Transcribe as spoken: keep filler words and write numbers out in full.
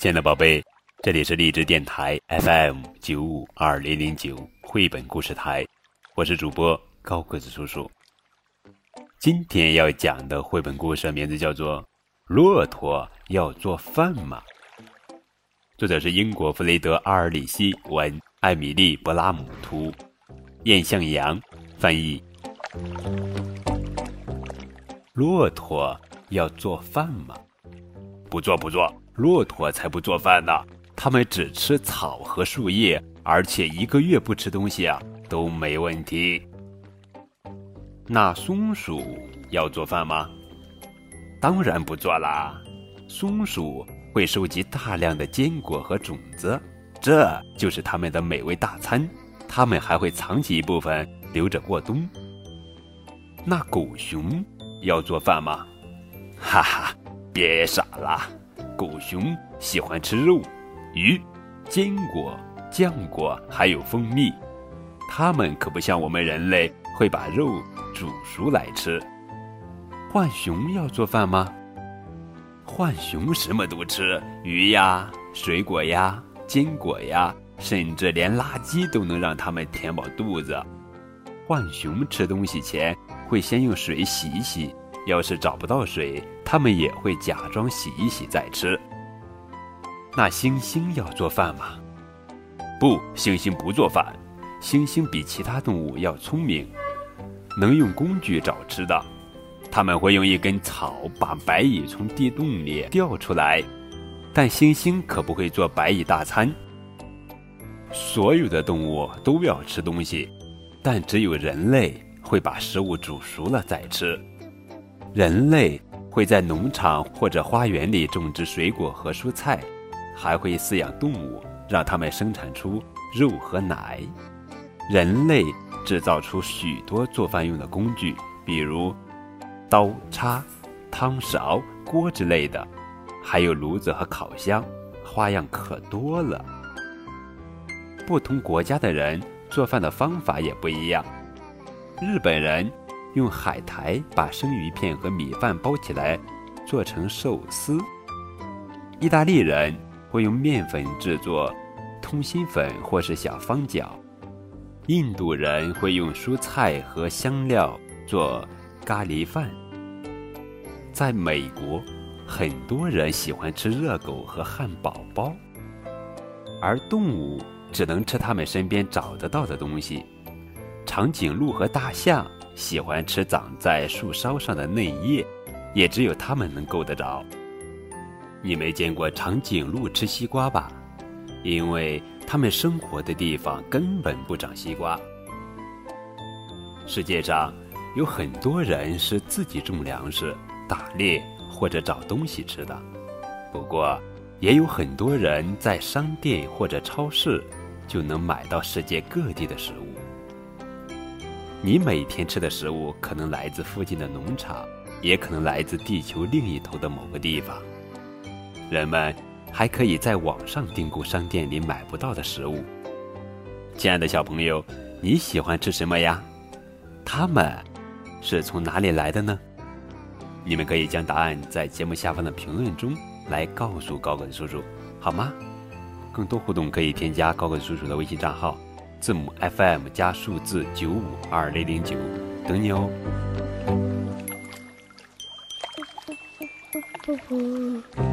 亲爱的宝贝，这里是励志电台 F M 九五二零零九绘本故事台，我是主播高个子叔叔。今天要讲的绘本故事名字叫做《骆驼要做饭吗》，作者是英国弗雷德·阿尔里希文，艾米丽·勃拉姆图，燕向阳翻译。骆驼要做饭吗？不做不做，骆驼才不做饭呢，它们只吃草和树叶，而且一个月不吃东西啊都没问题。那松鼠要做饭吗？当然不做啦，松鼠会收集大量的坚果和种子，这就是它们的美味大餐，它们还会藏起一部分留着过冬。那狗熊要做饭吗？哈哈，别傻了，狗熊喜欢吃肉、鱼、坚果、浆果还有蜂蜜，它们可不像我们人类会把肉煮熟来吃。浣熊要做饭吗？浣熊什么都吃，鱼呀、水果呀、坚果呀，甚至连垃圾都能让它们填饱肚子。浣熊吃东西前会先用水洗一洗，要是找不到水，它们也会假装洗一洗再吃。那猩猩要做饭吗？不，猩猩不做饭。猩猩比其他动物要聪明，能用工具找吃的。他们会用一根草把白蚁从地洞里吊出来，但猩猩可不会做白蚁大餐。所有的动物都要吃东西，但只有人类会把食物煮熟了再吃。人类会在农场或者花园里种植水果和蔬菜，还会饲养动物，让它们生产出肉和奶。人类制造出许多做饭用的工具，比如刀叉、汤勺、锅之类的，还有炉子和烤箱，花样可多了。不同国家的人做饭的方法也不一样。日本人用海苔把生鱼片和米饭包起来做成寿司。意大利人会用面粉制作通心粉或是小方饺。印度人会用蔬菜和香料做咖喱饭。在美国，很多人喜欢吃热狗和汉堡包，而动物只能吃它们身边找得到的东西。长颈鹿和大象喜欢吃长在树梢上的嫩叶，也只有它们能够得着。你没见过长颈鹿吃西瓜吧？因为它们生活的地方根本不长西瓜。世界上有很多人是自己种粮食、打猎或者找东西吃的，不过也有很多人在商店或者超市就能买到世界各地的食物。你每天吃的食物可能来自附近的农场，也可能来自地球另一头的某个地方。人们还可以在网上订购商店里买不到的食物。亲爱的小朋友，你喜欢吃什么呀？它们是从哪里来的呢？你们可以将答案在节目下方的评论中来告诉高个子叔叔，好吗？更多互动可以添加高个子叔叔的微信账号，字母 F M 加数字九五二零零九，等你哦。 不不